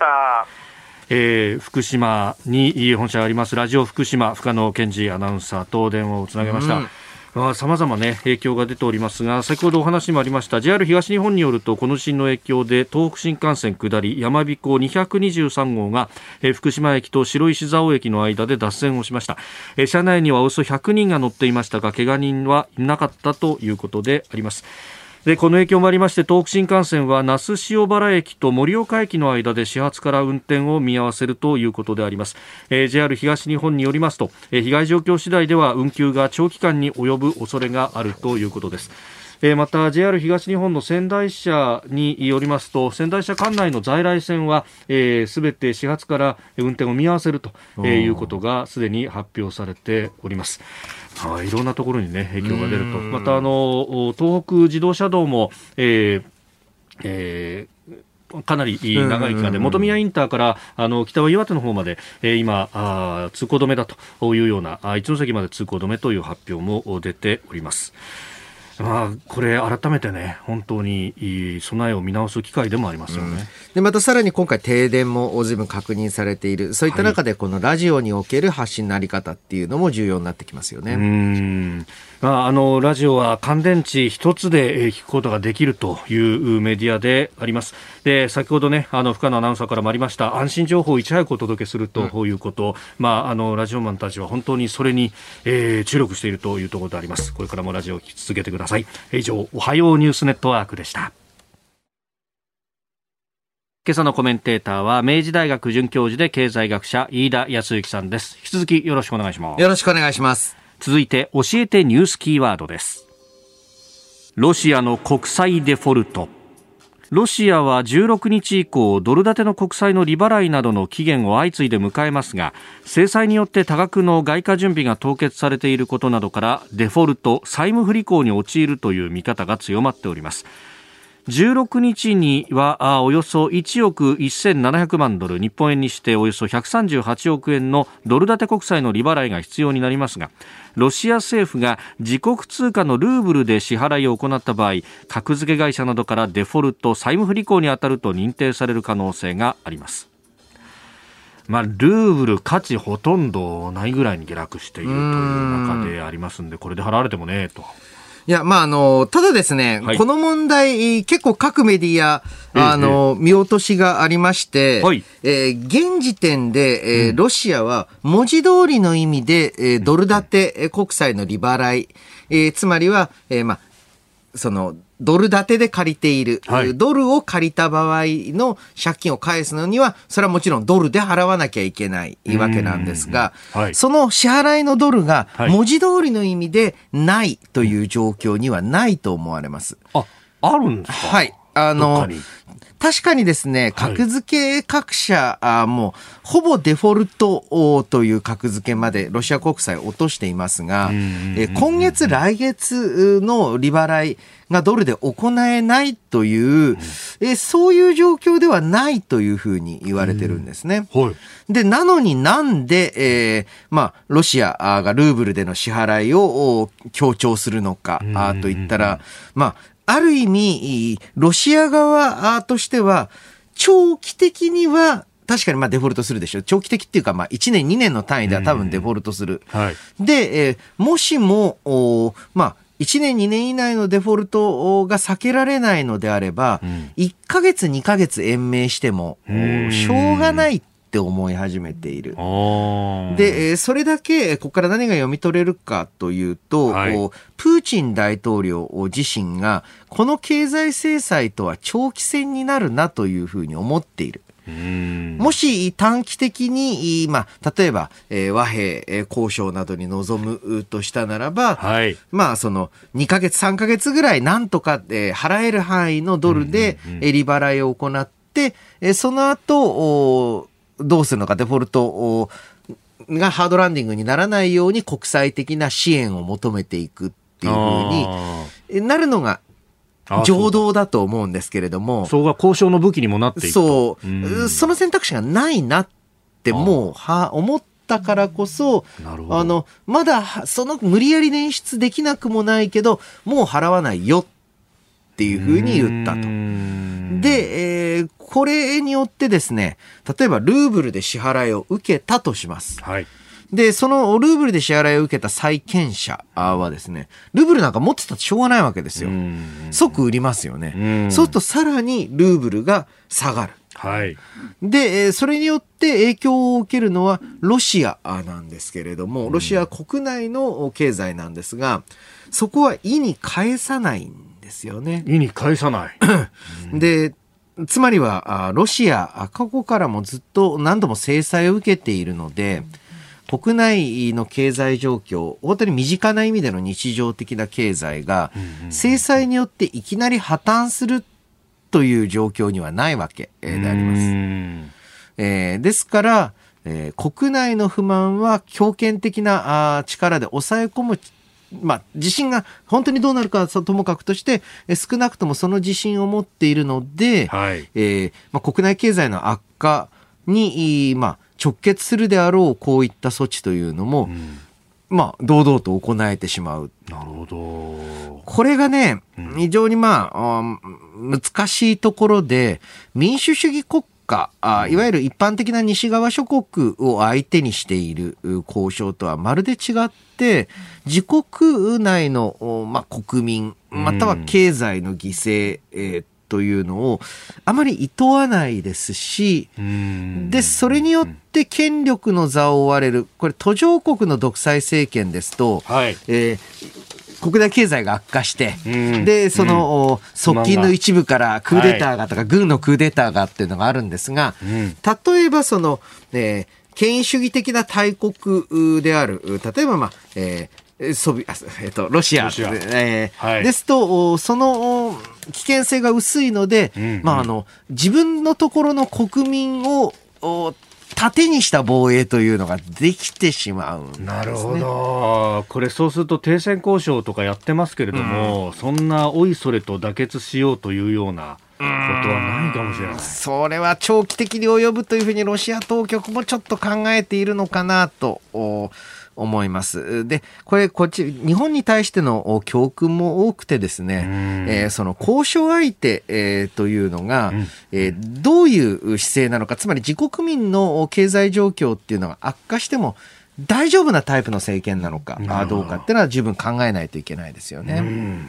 福島に本社ありますラジオ福島、深野健二アナウンサーと電話をつなげました。様々ね、影響が出ておりますが、先ほどお話にもありました JR 東日本によると、この地震の影響で東北新幹線下りやまびこ223号が福島駅と白石蔵王駅の間で脱線をしました。車内にはおよそ100人が乗っていましたが、怪我人はいなかったということであります。で、この影響もありまして、東北新幹線は那須塩原駅と盛岡駅の間で始発から運転を見合わせるということであります。JR 東日本によりますと、被害状況次第では運休が長期間に及ぶ恐れがあるということです。また JR 東日本の仙台支社によりますと、仙台支社管内の在来線はすべて始発から運転を見合わせるということがすでに発表されております。いろんなところに、ね、影響が出ると。また東北自動車道も、かなり長い期間で本宮インターから北は岩手の方まで、今通行止めだというような、一ノ関まで通行止めという発表も出ております。これ改めてね、本当に備えを見直す機会でもありますよね。 でまたさらに今回停電も随分確認されている。そういった中でこのラジオにおける発信のあり方っていうのも重要になってきますよね。 ラジオは乾電池一つで聞くことができるというメディアであります。で、先ほどね、深野アナウンサーからもありました安心情報をいち早くお届けするということ、ラジオマンたちは本当にそれに、注力しているというところであります。これからもラジオを聞き続けてください。以上、おはようニュースネットワークでした。今朝のコメンテーターは明治大学准教授で経済学者飯田康之さんです。引き続きよろしくお願いします。 よろしくお願いします。 続いて教えてニュースキーワードです。ロシアの国債デフォルト。ロシアは16日以降ドル建ての国債の利払いなどの期限を相次いで迎えますが、制裁によって多額の外貨準備が凍結されていることなどからデフォルト、債務不履行に陥るという見方が強まっております。16日にはおよそ1億1700万ドル、日本円にしておよそ138億円のドル建て国債の利払いが必要になりますが、ロシア政府が自国通貨のルーブルで支払いを行った場合、格付け会社などからデフォルト、債務不履行に当たると認定される可能性があります。ルーブル価値ほとんどないぐらいに下落しているという中でありますので、これで払われてもねと。 いや、ただですね、はい、この問題、結構各メディア、見落としがありまして、はい、現時点で、ロシアは文字通りの意味で、ドル建て国債の利払い、つまりは、その、ドル建てで借りている、はい、ドルを借りた場合の借金を返すのには、それはもちろんドルで払わなきゃいけないわけなんですが、はい、その支払いのドルが文字通りの意味でないという状況にはないと思われます。 あるんですか？ はい。確かにですね、格付け各社、もう、ほぼデフォルトという格付けまでロシア国債を落としていますが、今月、来月の利払いがドルで行えないという、そういう状況ではないというふうに言われてるんですね。で、なのになんで、ロシアがルーブルでの支払いを強調するのか、といったら、ある意味、ロシア側としては、長期的には、確かにデフォルトするでしょう。長期的っていうか、1年、2年の単位では多分デフォルトする。はい、で、もしも、1年、2年以内のデフォルトが避けられないのであれば、1ヶ月、2ヶ月延命しても、しょうがないって思い始めている。で、それだけ、ここから何が読み取れるかというと、はい、プーチン大統領自身が、この経済制裁とは長期戦になるなというふうに思っている。もし短期的に、例えば、和平交渉などに臨むとしたならば、はい、その2ヶ月、3ヶ月ぐらいなんとか、払える範囲のドルで、利払いを行って、その後、どうするのか、デフォルトがハードランディングにならないように国際的な支援を求めていくっていう風になるのが常道だと思うんですけれども。 そこが交渉の武器にもなっていく。 そう。その選択肢がないなってもう思ったからこそ、まだその無理やり捻出できなくもないけど、もう払わないよっていう風に言ったと。で、これによってですね、例えばルーブルで支払いを受けたとします。はい。で、そのルーブルで支払いを受けた債権者はですね、ルーブルなんか持ってたってしょうがないわけですよ。即売りますよね。そうするとさらにルーブルが下がる。はい。で、それによって影響を受けるのはロシアなんですけれども、ロシア国内の経済なんですが、そこは意に介さないんですよね。 意に介さない。 で、つまりは、ロシア、過去からもずっと何度も制裁を受けているので、国内の経済状況、本当に身近な意味での日常的な経済が、制裁によっていきなり破綻するという状況にはないわけであります。ですから、国内の不満は強権的な力で抑え込む自信が本当にどうなるかともかくとして少なくともその自信を持っているので、はい、国内経済の悪化に、直結するであろうこういった措置というのも、堂々と行えてしまう。 なるほど。 これがね、非常に難しいところで、民主主義国家、いわゆる一般的な西側諸国を相手にしている交渉とはまるで違って、自国内の、国民、または経済の犠牲、というのをあまり厭わないですし、で、それによって権力の座を追われる、これ途上国の独裁政権ですと、はい、国内経済が悪化して、で、その、側近の一部からクーデターがとか、軍のクーデターがっていうのがあるんですが、例えばその、権威主義的な大国である、例えばロシア、ですと、その危険性が薄いので、自分のところの国民を盾にした防衛というのができてしまうんですね。 なるほど。これそうすると停戦交渉とかやってますけれども、そんなおいそれと妥結しようというようなことはないかもしれない。 それは長期的に及ぶというふうにロシア当局もちょっと考えているのかなと思います。で、日本に対しての教訓も多くてですね、その交渉相手、というのが、どういう姿勢なのか、つまり自国民の経済状況っていうのが悪化しても大丈夫なタイプの政権なのかどうかっていうのは十分考えないといけないですよね。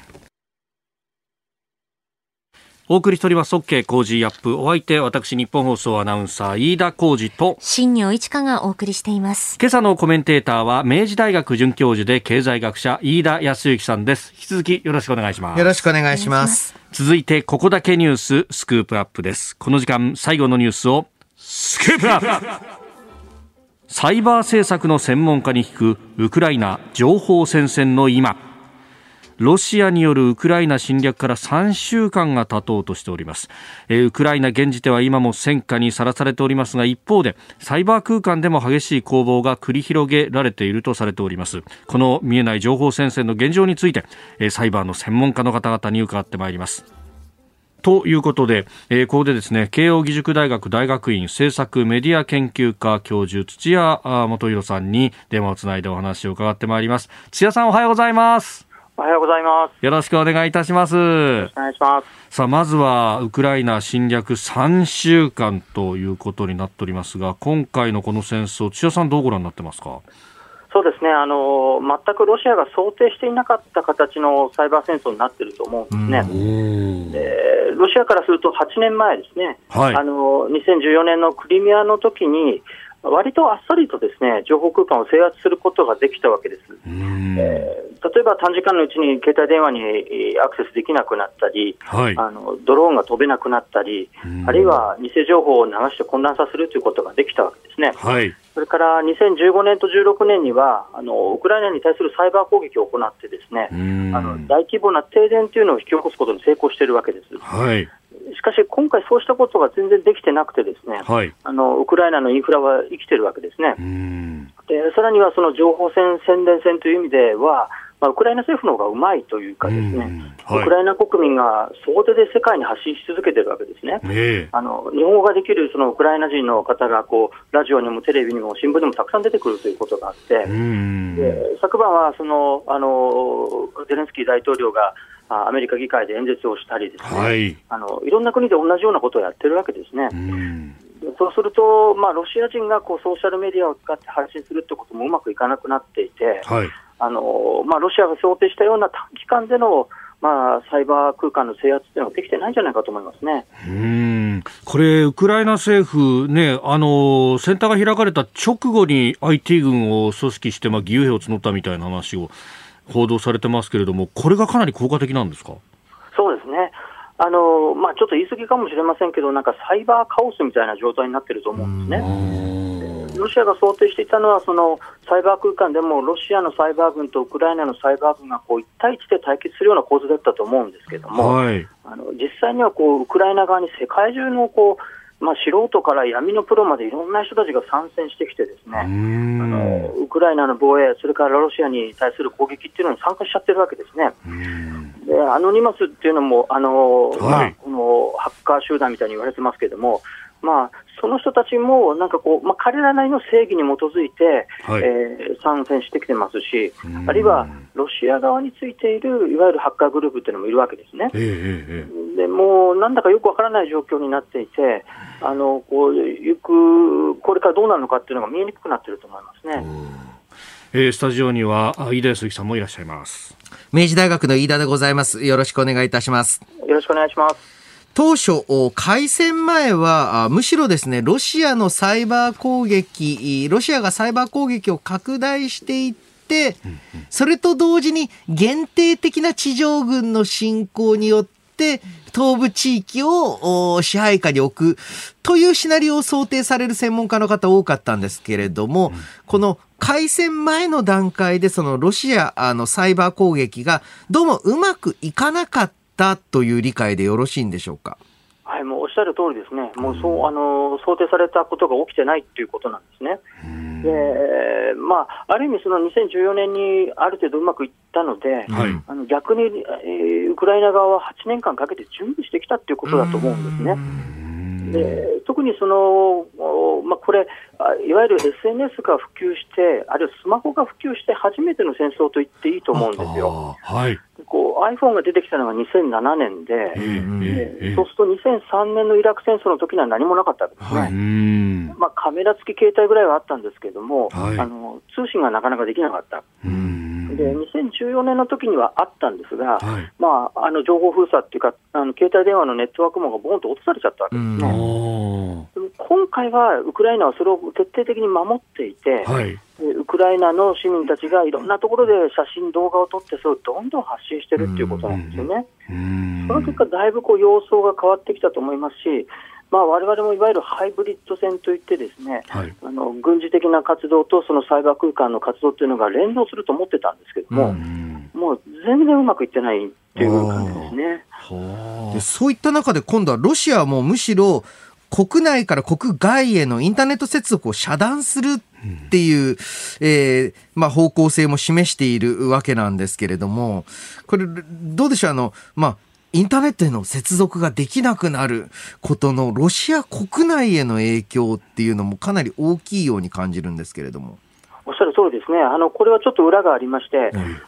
お送りしております OK 工事アップ。お相手私日本放送アナウンサー飯田浩司と新業一華がお送りしています。 今朝のコメンテーターは明治大学准教授で経済学者飯田康之さんです。引き続きよろしくお願いします。 よろしくお願いします。 続いてここだけニューススクープアップです。この時間最後のニュースをスクープアップサイバー政策の専門家に聞くウクライナ情報戦線の今。ロシアによるウクライナ侵略から3週間が経とうとしております。ウクライナ現時では今も戦火にさらされておりますが、一方でサイバー空間でも激しい攻防が繰り広げられているとされております。この見えない情報戦線の現状についてサイバーの専門家の方々に伺ってまいります。ということで、ここでですね、慶應義塾大学大学院政策メディア研究科教授土屋元弘さんに電話をつないでお話を伺ってまいります。土屋さん、おはようございます。 おはようございます。 よろしくお願いいたします。よろしくお願いします。 さあ、まずはウクライナ侵略3週間ということになっておりますが、今回のこの戦争、土屋さんどうご覧になってますか？ そうですね、全くロシアが想定していなかった形のサイバー戦争になっていると思うんですね。ロシアからすると8年前ですね、はい、2014年のクリミアの時に割とあっさりとですね、情報空間を制圧することができたわけです。例えば短時間のうちに携帯電話にアクセスできなくなったり、はい、ドローンが飛べなくなったり、あるいは偽情報を流して混乱させるということができたわけですね。はい、それから2015年と16年にはウクライナに対するサイバー攻撃を行ってですね、大規模な停電というのを引き起こすことに成功しているわけです。はい、しかし今回そうしたことが全然できてなくてですね、はい、ウクライナのインフラは生きているわけですね。でさらにはその情報戦、宣伝戦という意味では、ウクライナ政府の方がうまいというかですね、はい、ウクライナ国民が総出で世界に発信し続けているわけですね。日本語ができるそのウクライナ人の方がラジオにもテレビにも新聞にもたくさん出てくるということがあって、で昨晩はゼレンスキー大統領がアメリカ議会で演説をしたりですね、はい、いろんな国で同じようなことをやってるわけですね。そうすると、ロシア人がソーシャルメディアを使って発信するということもうまくいかなくなっていて、はい、ロシアが想定したような短期間での、サイバー空間の制圧というのができてないんじゃないかと思いますね。 これウクライナ政府ね、センターが開かれた直後に IT 軍を組織して、義勇兵を募ったみたいな話を報道されてますけれども、これがかなり効果的なんですか？ そうですね、ちょっと言い過ぎかもしれませんけど、なんかサイバーカオスみたいな状態になっていると思うんですね。ロシアが想定していたのは、そのサイバー空間でもロシアのサイバー軍とウクライナのサイバー軍が1対1で対決するような構図だったと思うんですけども、はい、実際にはウクライナ側に世界中の素人から闇のプロまでいろんな人たちが参戦してきてですね、ウクライナの防衛、それからロシアに対する攻撃っていうのに参加しちゃってるわけですね。でアノニマスっていうのもこのハッカー集団みたいに言われてますけども、その人たちもなんか彼らなりの正義に基づいて、はい、参戦してきてますし、あるいはロシア側についているいわゆるハッカーグループっていうのもいるわけですね。でもうなんだかよくわからない状況になっていて、これからどうなるのかっていうのが見えにくくなっていると思いますね。 スタジオには飯田康之さんもいらっしゃいます。 明治大学の飯田でございます。よろしくお願いいたします。 よろしくお願いします。 当初、開戦前はむしろですね、ロシアがサイバー攻撃を拡大していって、それと同時に限定的な地上軍の侵攻によって東部地域を支配下に置くというシナリオを想定される専門家の方多かったんですけれども、この開戦前の段階でそのロシアのサイバー攻撃がどうもうまくいかなかったという理解でよろしいんでしょうか？ はい、もうおっしゃる通りですね。もう想定されたことが起きてないということなんですね。で、ある意味その2014年にある程度うまくいったので、はい、逆に、ウクライナ側は8年間かけて準備してきたということだと思うんですね。で特にこれいわゆる SNS が普及して、あるいはスマホが普及して初めての戦争と言っていいと思うんですよ。はい、 iPhone が出てきたのが2007年で、そうすると2003年のイラク戦争の時には何もなかったわけですね。カメラ付き携帯ぐらいはあったんですけれども、通信がなかなかできなかった。で2014年の時にはあったんですが、情報封鎖っていうか携帯電話のネットワーク網がボーンと落とされちゃったわけですね。今回はウクライナはそれを徹底的に守っていて、ウクライナの市民たちがいろんなところで写真動画を撮ってそれをどんどん発信してるっていうことなんですよね。その結果だいぶ様相が変わってきたと思いますし、我々もいわゆるハイブリッド戦といってですね、軍事的な活動とそのサイバー空間の活動というのが連動すると思ってたんですけども、もう全然うまくいってないっていう感じですね。 でそういった中で今度はロシアはもうむしろ国内から国外へのインターネット接続を遮断するっていう、方向性も示しているわけなんですけれども、これどうでしょう、インターネットへの接続ができなくなることのロシア国内への影響っていうのもかなり大きいように感じるんですけれども。 おっしゃる通りですね。これはちょっと裏がありまして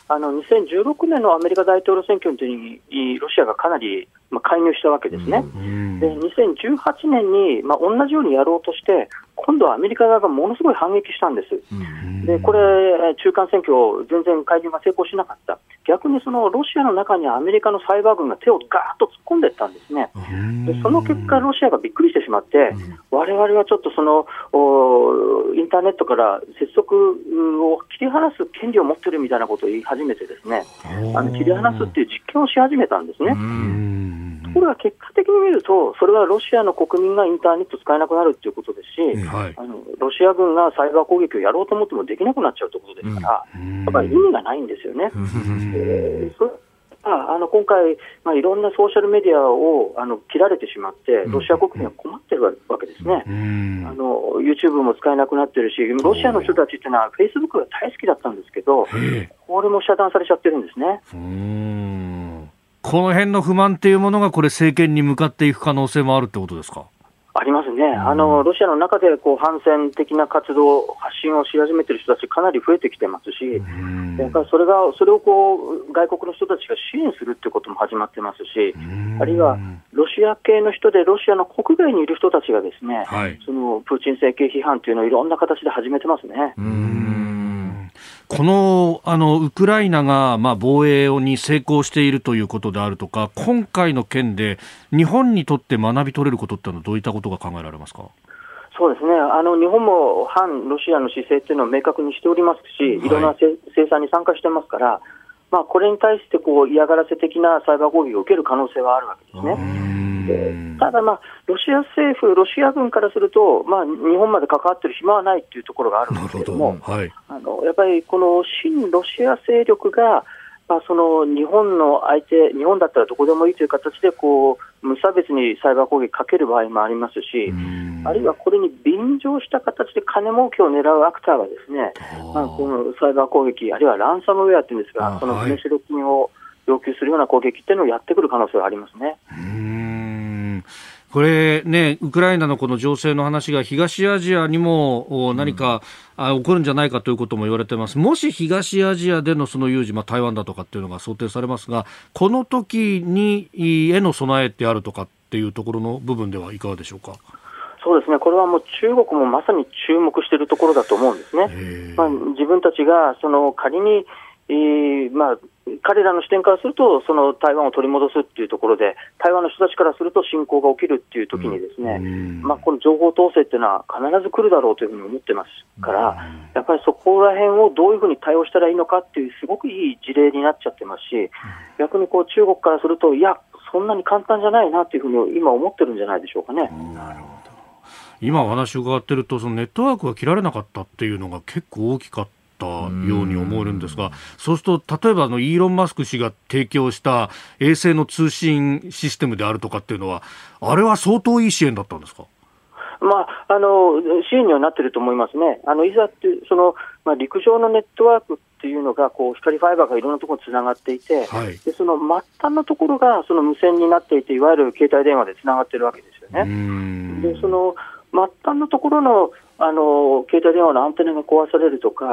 、2016年のアメリカ大統領選挙の時にロシアがかなり介入したわけですね。で2018年に、同じようにやろうとして今度はアメリカ側がものすごい反撃したんです。でこれ中間選挙全然介入が成功しなかった。逆にそのロシアの中にアメリカのサイバー軍が手をガーッと突っ込んでいったんですね。でその結果ロシアがびっくりしてしまって、我々はちょっとそのインターネットから接続を切り離す権利を持っているみたいなことを言い始めてですね、切り離すっていう実験をし始めたんですね。ところが結果的に見るとそれはロシアの国民がインターネット使えなくなるということですし、ロシア軍がサイバー攻撃をやろうと思ってもできなくなっちゃうということですから、やっぱり意味がないんですよね。それ今回、いろんなソーシャルメディアを切られてしまってロシア国民は困ってるわけですね。YouTube も使えなくなってるし、ロシアの人たちっていうのは Facebook が大好きだったんですけど、これも遮断されちゃってるんですね。 この辺の不満っていうものがこれ政権に向かっていく可能性もあるってことですか？ ありますね。ロシアの中で反戦的な活動、発信をし始めている人たちかなり増えてきてますし、やっぱりそれを外国の人たちが支援するということも始まってますし、あるいはロシア系の人でロシアの国外にいる人たちがですね、そのプーチン政権批判というのをいろんな形で始めてますね。 このウクライナが防衛に成功しているということであるとか、今回の件で日本にとって学び取れることってのはどういったことが考えられますか？ そうですね。日本も反ロシアの姿勢っていうのを明確にしておりますし、いろんな制裁に参加してますから、これに対して嫌がらせ的なサイバー攻撃を受ける可能性はあるわけですね。ただ、ロシア政府、ロシア軍からすると、日本まで関わっている暇はないというところがあるんですけれども、やっぱりこの親ロシア勢力が、その日本の相手、日本だったらどこでもいいという形で無差別にサイバー攻撃かける場合もありますし、あるいはこれに便乗した形で金儲けを狙うアクターがですね、このサイバー攻撃、あるいはランサムウェアというんですが、その身代金を要求するような攻撃っていうのをやってくる可能性がありますね。 これね、ウクライナのこの情勢の話が東アジアにも何か起こるんじゃないかということも言われています。もし東アジアでのその有事、台湾だとかっていうのが想定されますが、この時にへの備えってあるとかっていうところの部分ではいかがでしょうか？ そうですね。これはもう中国もまさに注目しているところだと思うんですね。自分たちが仮に彼らの視点からするとその台湾を取り戻すっていうところで、台湾の人たちからすると侵攻が起きるっていう時にですね、この情報統制っていうのは必ず来るだろうというふうに思ってますから、やっぱりそこら辺をどういうふうに対応したらいいのかっていうすごくいい事例になっちゃってますし、逆に中国からするといやそんなに簡単じゃないなっていうふうに今思ってるんじゃないでしょうかね。 なるほど。今お話を伺っているとそのネットワークが切られなかったっていうのが結構大きかったように思えるんですが、そうすると例えばイーロン・マスク氏が提供した衛星の通信システムであるとかっていうのは、あれは相当いい支援だったんですか？ 支援にはなっていると思いますね。いざって陸上のネットワークっていうのが光ファイバーがいろんなところにつながっていて、でその末端のところがその無線になっていて、いわゆる携帯電話でつながっているわけですよね。でその末端のところの携帯電話のアンテナが壊されるとか、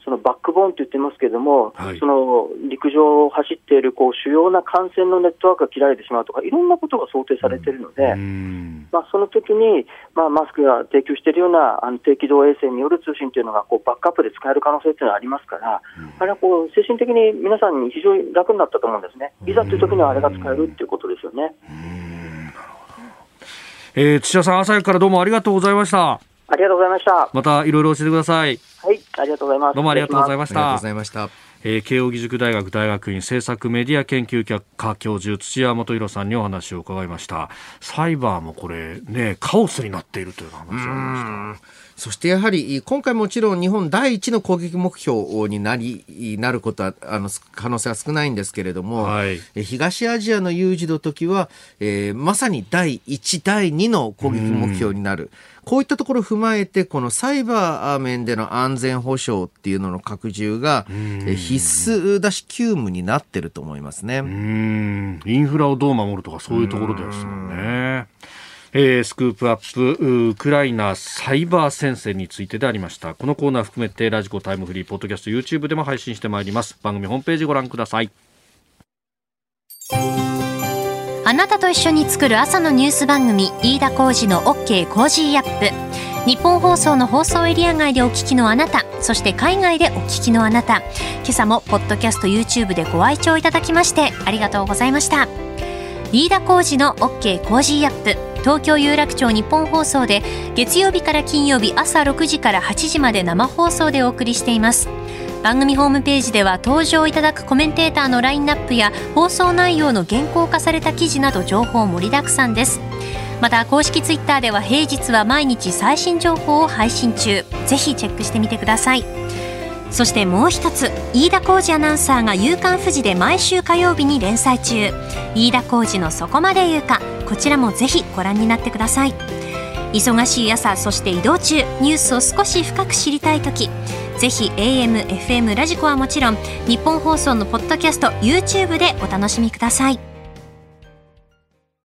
そのバックボーンと言ってますけれども、 はい、 その陸上を走っている主要な幹線のネットワークが切られてしまうとか、いろんなことが想定されているので、その時に、マスクが提供しているような低軌道衛星による通信というのがバックアップで使える可能性というのはありますから、あれは精神的に皆さんに非常に楽になったと思うんですね。いざという時にはあれが使えるということですよね。 土屋さん、朝からどうもありがとうございました。 ありがとうございました。 またいろいろ教えてください。 はい、ありがとうございます。 どうもありがとうございました。 ありがとうございました。 慶應義塾大学大学院政策メディア研究科教授土屋元宏さんにお話を伺いました。サイバーもこれね、カオスになっているという話がありました。 そしてやはり今回もちろん日本第一の攻撃目標になることは可能性は少ないんですけれども、はい、東アジアの有事の時は、まさに第1第2の攻撃目標になる。こういったところを踏まえてこのサイバー面での安全保障っていうのの拡充が必須だし急務になってると思いますね。 インフラをどう守るとかそういうところですもんね。スクープアップウクライナサイバー戦線についてでありました。このコーナー含めてラジコタイムフリーポッドキャスト YouTube でも配信してまいります。番組ホームページご覧ください。 あなたと一緒に作る朝のニュース番組、飯田浩司の OK コージーアップ。日本放送の放送エリア外でお聞きのあなた、そして海外でお聞きのあなた、今朝もポッドキャスト YouTube でご愛聴いただきましてありがとうございました。飯田浩司の OK コージーアップ、東京有楽町日本放送で月曜日から金曜日朝6時から8時まで生放送でお送りしています。番組ホームページでは登場いただくコメンテーターのラインナップや放送内容の原稿化された記事など情報盛りだくさんです。また公式ツイッターでは平日は毎日最新情報を配信中。ぜひチェックしてみてください。そしてもう一つ、飯田浩司アナウンサーが夕刊フジで毎週火曜日に連載中、飯田浩司のそこまで言うか、こちらもぜひご覧になってください。忙しい朝、そして移動中、ニュースを少し深く知りたいとき、ぜひ AM、FM、ラジコはもちろん日本放送のポッドキャスト YouTube でお楽しみください。